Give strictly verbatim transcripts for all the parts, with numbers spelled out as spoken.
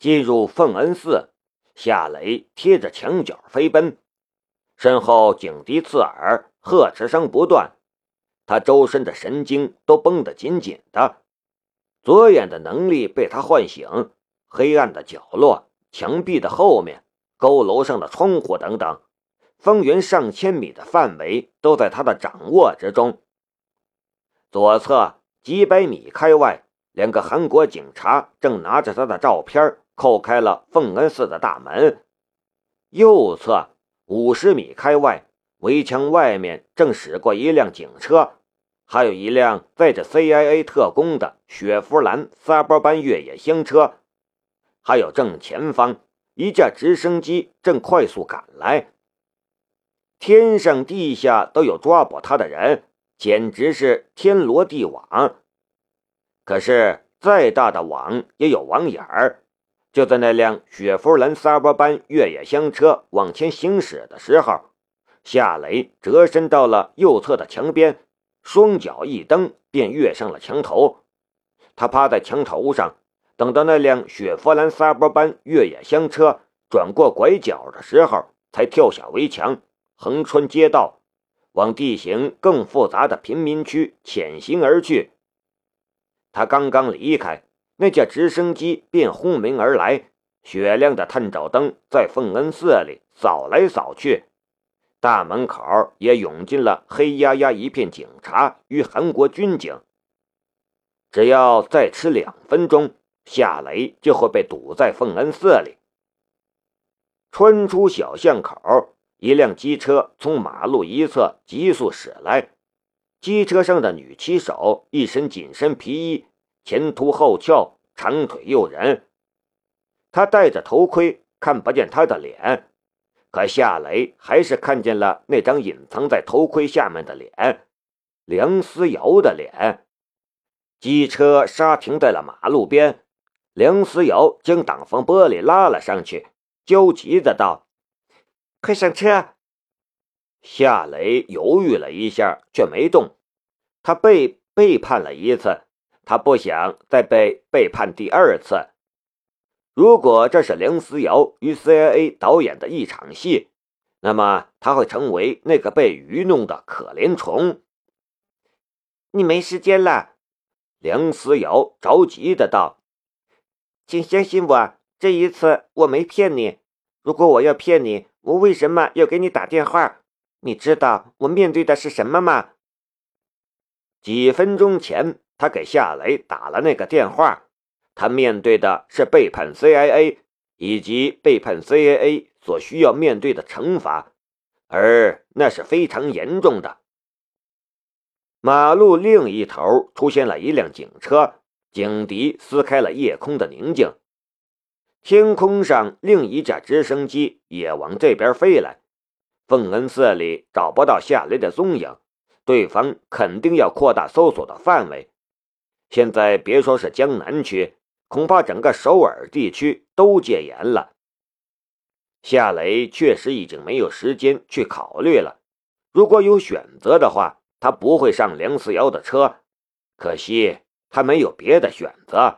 进入奉恩寺，夏雷贴着墙角飞奔，身后警笛刺耳，呵斥声不断，他周身的神经都绷得紧紧的，左眼的能力被他唤醒，黑暗的角落、墙壁的后面、佝偻上的窗户等等，方圆上千米的范围都在他的掌握之中。左侧几百米开外，两个韩国警察正拿着他的照片扣开了奉恩寺的大门。右侧五十米开外，围墙外面正驶过一辆警车，还有一辆载着 C I A 特工的雪佛兰萨博班越野厢车，还有正前方一架直升机正快速赶来。天上地下都有抓捕他的人，简直是天罗地网。可是再大的网也有网眼儿。就在那辆雪佛兰萨博班越野厢车往前行驶的时候，夏雷折身到了右侧的墙边，双脚一蹬便跃上了墙头。他趴在墙头上，等到那辆雪佛兰萨博班越野厢车转过拐角的时候，才跳下围墙，横穿街道，往地形更复杂的贫民区潜行而去。他刚刚离开，那架直升机便轰鸣而来，雪亮的探照灯在奉恩寺里扫来扫去，大门口也涌进了黑压压一片警察与韩国军警。只要再迟两分钟，夏雷就会被堵在奉恩寺里。穿出小巷口，一辆机车从马路一侧急速驶来，机车上的女骑手一身紧身皮衣，前凸后翘，长腿诱人。她戴着头盔，看不见她的脸，可夏雷还是看见了那张隐藏在头盔下面的脸，梁思瑶的脸。机车刹停在了马路边，梁思瑶将挡风玻璃拉了上去，焦急的道：“快上车！”夏雷犹豫了一下，却没动。他被背叛了一次，他不想再被背叛第二次。如果这是梁思瑶与 C I A 导演的一场戏，那么他会成为那个被愚弄的可怜虫。你没时间了，梁思瑶着急的道：“请相信我，这一次我没骗你。如果我要骗你，我为什么要给你打电话？你知道我面对的是什么吗？”几分钟前，他给夏雷打了那个电话，他面对的是背叛 C I A 以及背叛 C I A 所需要面对的惩罚，而那是非常严重的。马路另一头出现了一辆警车，警笛撕开了夜空的宁静。天空上另一架直升机也往这边飞来，奉恩寺里找不到夏雷的踪影，对方肯定要扩大搜索的范围。现在别说是江南区，恐怕整个首尔地区都戒严了。夏雷确实已经没有时间去考虑了，如果有选择的话，他不会上梁思瑶的车，可惜他没有别的选择。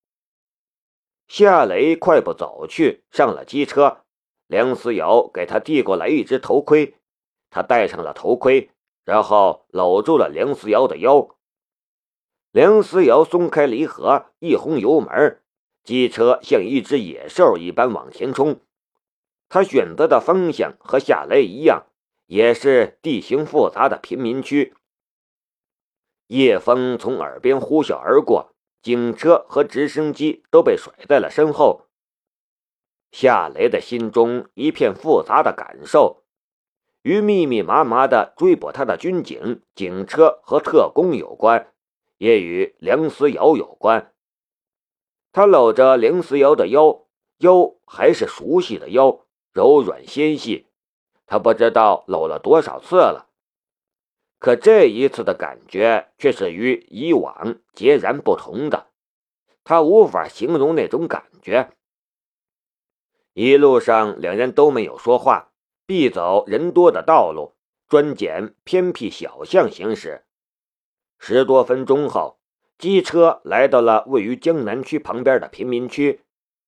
夏雷快步走去，上了机车，梁思瑶给他递过来一只头盔，他戴上了头盔，然后搂住了梁思瑶的腰。梁思瑶松开离合，一轰油门，机车像一只野兽一般往前冲。他选择的方向和夏雷一样，也是地形复杂的贫民区。夜风从耳边呼啸而过，警车和直升机都被甩在了身后。夏雷的心中一片复杂的感受，与密密麻麻的追捕他的军警、警车和特工有关，也与梁思瑶有关。他搂着梁思瑶的腰，腰还是熟悉的腰，柔软纤细。他不知道搂了多少次了，可这一次的感觉却是与以往截然不同的，他无法形容那种感觉。一路上两人都没有说话，必走人多的道路，专拣偏僻小巷行驶。十多分钟后，机车来到了位于江南区旁边的贫民区。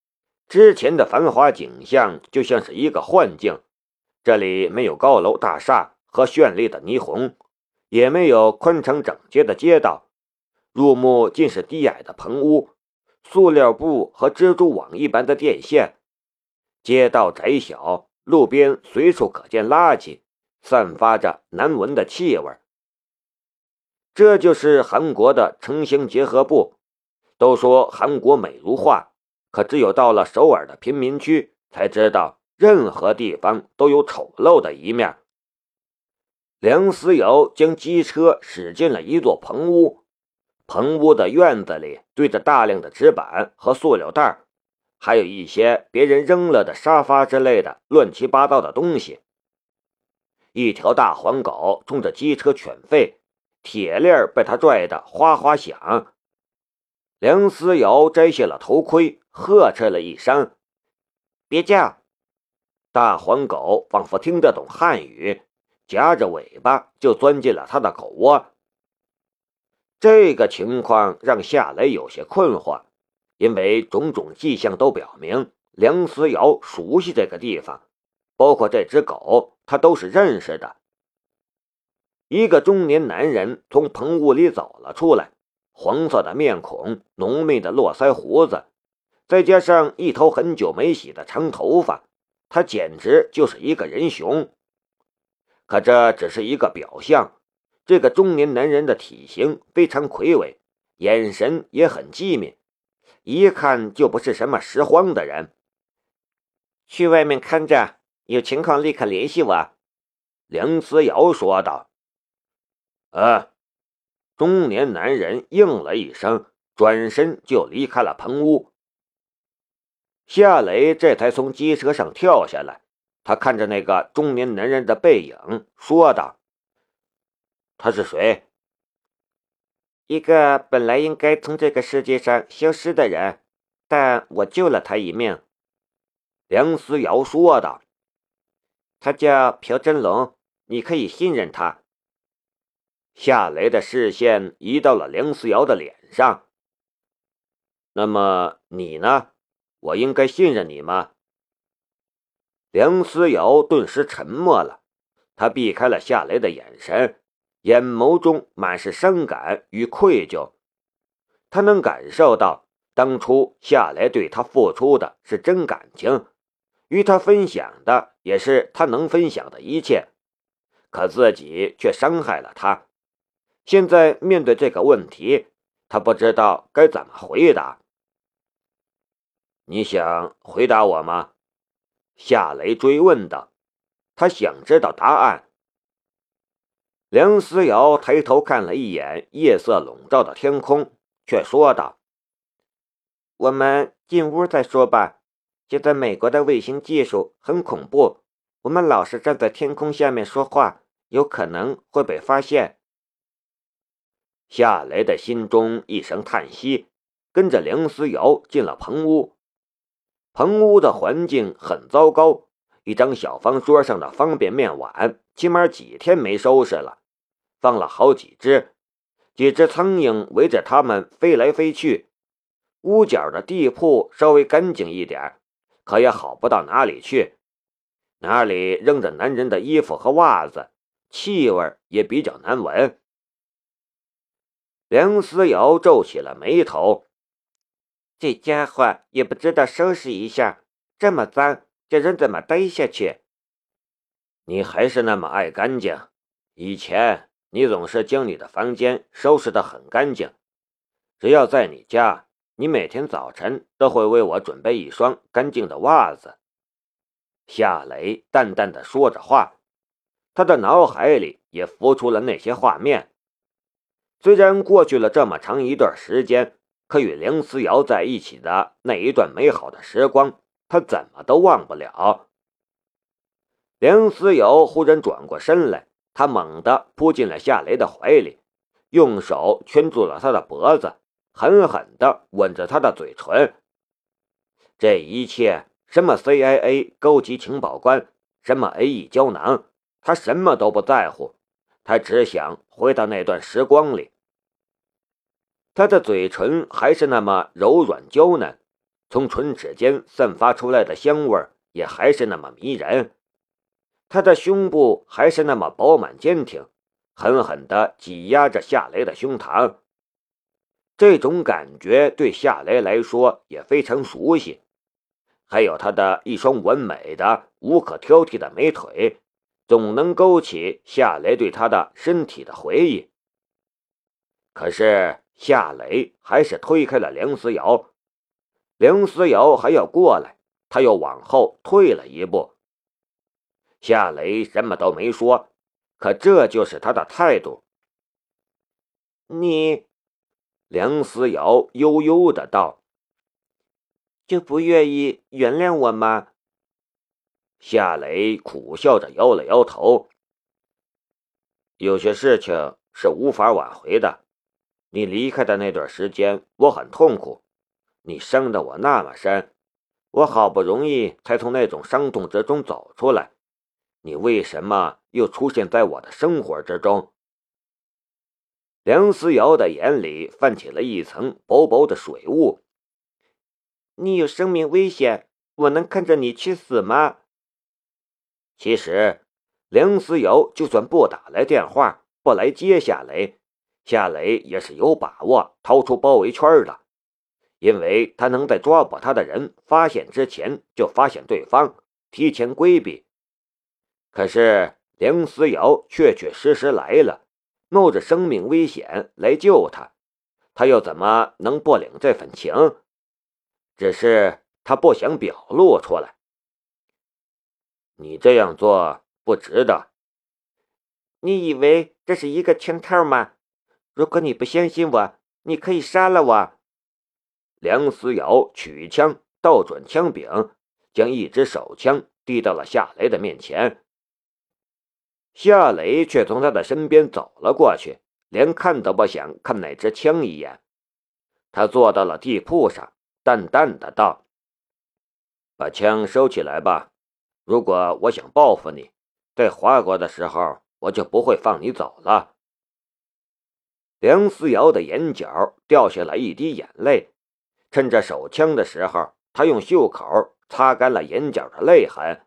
之前的繁华景象就像是一个幻境，这里没有高楼大厦和绚丽的霓虹，也没有宽敞整洁的街道，入目尽是低矮的棚屋、塑料布和蜘蛛网一般的电线。街道窄小，路边随处可见垃圾，散发着难闻的气味。这就是韩国的城乡结合部。都说韩国美如画，可只有到了首尔的贫民区，才知道任何地方都有丑陋的一面。梁思瑶将机车驶进了一座棚屋，棚屋的院子里堆着大量的纸板和塑料袋，还有一些别人扔了的沙发之类的乱七八糟的东西。一条大黄狗冲着机车犬吠，铁链被他拽得哗哗响。梁思瑶摘下了头盔，呵斥了一声：“别叫！”大黄狗仿佛听得懂汉语，夹着尾巴就钻进了他的狗窝。这个情况让夏雷有些困惑，因为种种迹象都表明梁思瑶熟悉这个地方，包括这只狗，他都是认识的。一个中年男人从棚屋里走了出来，黄色的面孔，浓密的络腮胡子，再加上一头很久没洗的长头发，他简直就是一个人熊。可这只是一个表象，这个中年男人的体型非常魁伟，眼神也很机敏，一看就不是什么拾荒的人。去外面看着，有情况立刻联系我。梁思瑶说道。呃，中年男人应了一声，转身就离开了棚屋。夏雷这才从机车上跳下来，他看着那个中年男人的背影，说道：“他是谁？”一个本来应该从这个世界上消失的人，但我救了他一命。梁思瑶说道：“他叫朴真龙，你可以信任他。”夏雷的视线移到了梁思瑶的脸上。那么你呢？我应该信任你吗？梁思瑶顿时沉默了，他避开了夏雷的眼神，眼眸中满是伤感与愧疚。他能感受到当初夏雷对他付出的是真感情，与他分享的也是他能分享的一切，可自己却伤害了他。现在面对这个问题，他不知道该怎么回答。你想回答我吗？夏雷追问道。他想知道答案。梁思瑶抬头看了一眼夜色笼罩的天空，却说道：“我们进屋再说吧。现在美国的卫星技术很恐怖，我们老是站在天空下面说话，有可能会被发现。”夏雷的心中一声叹息，跟着梁思瑶进了棚屋。棚屋的环境很糟糕，一张小方桌上的方便面碗起码几天没收拾了，放了好几只，几只苍蝇围着它们飞来飞去。屋角的地铺稍微干净一点，可也好不到哪里去，哪里扔着男人的衣服和袜子，气味也比较难闻。梁思瑶皱起了眉头，这家伙也不知道收拾一下，这么脏，这人怎么待下去？你还是那么爱干净，以前你总是将你的房间收拾得很干净，只要在你家，你每天早晨都会为我准备一双干净的袜子。夏雷淡淡的说着话，他的脑海里也浮出了那些画面。虽然过去了这么长一段时间，可与梁思瑶在一起的那一段美好的时光，他怎么都忘不了。梁思瑶忽然转过身来，他猛地扑进了夏雷的怀里，用手圈住了他的脖子，狠狠地吻着他的嘴唇。这一切，什么 C I A 高级情报官，什么 A E 胶囊，他什么都不在乎，他只想回到那段时光里。他的嘴唇还是那么柔软娇嫩， 从唇齿间散发出来的香味也还是那么迷人。他的胸部还是那么饱满坚挺，狠狠地挤压着夏雷的胸膛。这种感觉对夏雷来说也非常熟悉。还有他的一双完美的、无可挑剔的美腿，总能勾起夏雷对他的身体的回忆。可是夏雷还是推开了梁思瑶，梁思瑶还要过来，他又往后退了一步。夏雷什么都没说，可这就是他的态度。你，梁思瑶悠悠的道，就不愿意原谅我吗？夏雷苦笑着摇了摇头。有些事情是无法挽回的，你离开的那段时间我很痛苦，你伤得我那么深，我好不容易才从那种伤痛之中走出来，你为什么又出现在我的生活之中？梁思瑶的眼里泛起了一层薄薄的水雾。你有生命危险，我能看着你去死吗？其实梁思瑶就算不打来电话，不来接夏雷，夏雷也是有把握逃出包围圈的，因为他能在抓捕他的人发现之前就发现对方，提前规避。可是梁思瑶确确实实来了，冒着生命危险来救他，他又怎么能不领这份情？只是他不想表露出来。你这样做不值得。你以为这是一个圈套吗？如果你不相信我，你可以杀了我。梁思瑶取枪倒转枪柄，将一支手枪递到了夏雷的面前。夏雷却从他的身边走了过去，连看都不想看那支枪一眼。他坐到了地铺上，淡淡的道：把枪收起来吧，如果我想报复你，在华国的时候我就不会放你走了。梁思瑶的眼角掉下了一滴眼泪，趁着手枪的时候，他用袖口擦干了眼角的泪痕。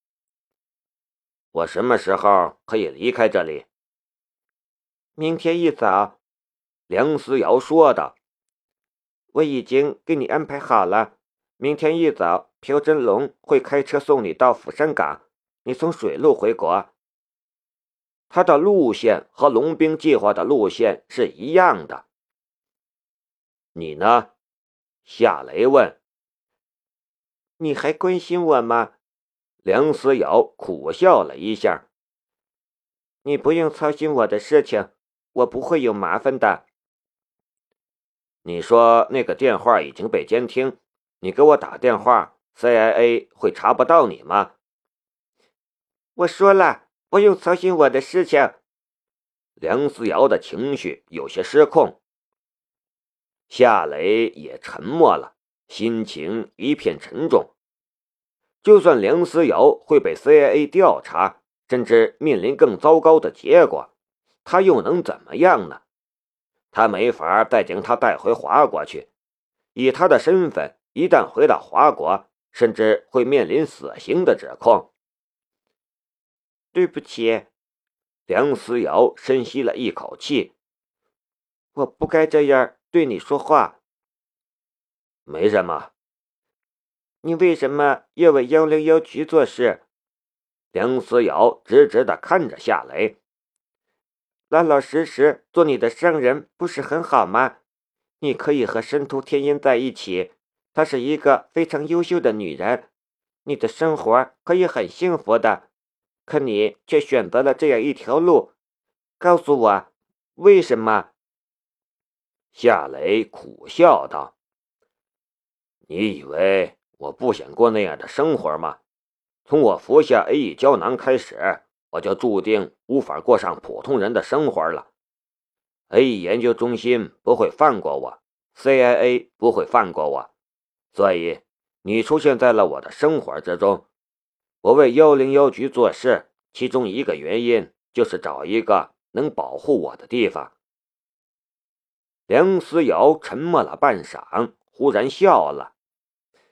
我什么时候可以离开这里？明天一早，梁思瑶说道。我已经给你安排好了，明天一早朴真龙会开车送你到釜山港，你从水路回国。他的路线和龙兵计划的路线是一样的。你呢？夏雷问。你还关心我吗？梁思瑶苦笑了一下。你不用操心我的事情，我不会有麻烦的。你说那个电话已经被监听，你给我打电话 C I A 会查不到你吗？我说了，不用操心我的事情。梁思瑶的情绪有些失控。夏雷也沉默了，心情一片沉重。就算梁思瑶会被 C I A 调查，甚至面临更糟糕的结果，他又能怎么样呢？他没法再将他带回华国去，以他的身份，一旦回到华国，甚至会面临死刑的指控。对不起，梁思瑶深吸了一口气，我不该这样对你说话。没什么。你为什么要为一零一局做事？梁思瑶直直地看着夏雷。老老实实做你的商人不是很好吗？你可以和申屠天音在一起，她是一个非常优秀的女人，你的生活可以很幸福的，可你却选择了这样一条路，告诉我为什么？夏雷苦笑道：你以为我不想过那样的生活吗？从我服下 A E 胶囊开始，我就注定无法过上普通人的生活了。A E 研究中心不会放过我， C I A 不会放过我，所以你出现在了我的生活之中。我为一零一局做事，其中一个原因就是找一个能保护我的地方。梁思瑶沉默了半晌，忽然笑了。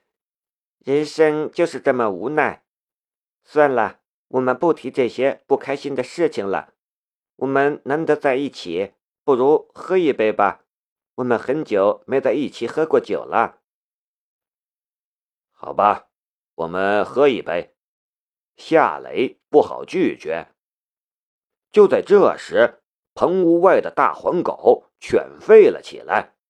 人生就是这么无奈。算了，我们不提这些不开心的事情了。我们难得在一起，不如喝一杯吧。我们很久没在一起喝过酒了。 好吧，我们喝一杯。夏雷不好拒绝。就在这时，棚屋外的大黄狗犬吠了起来。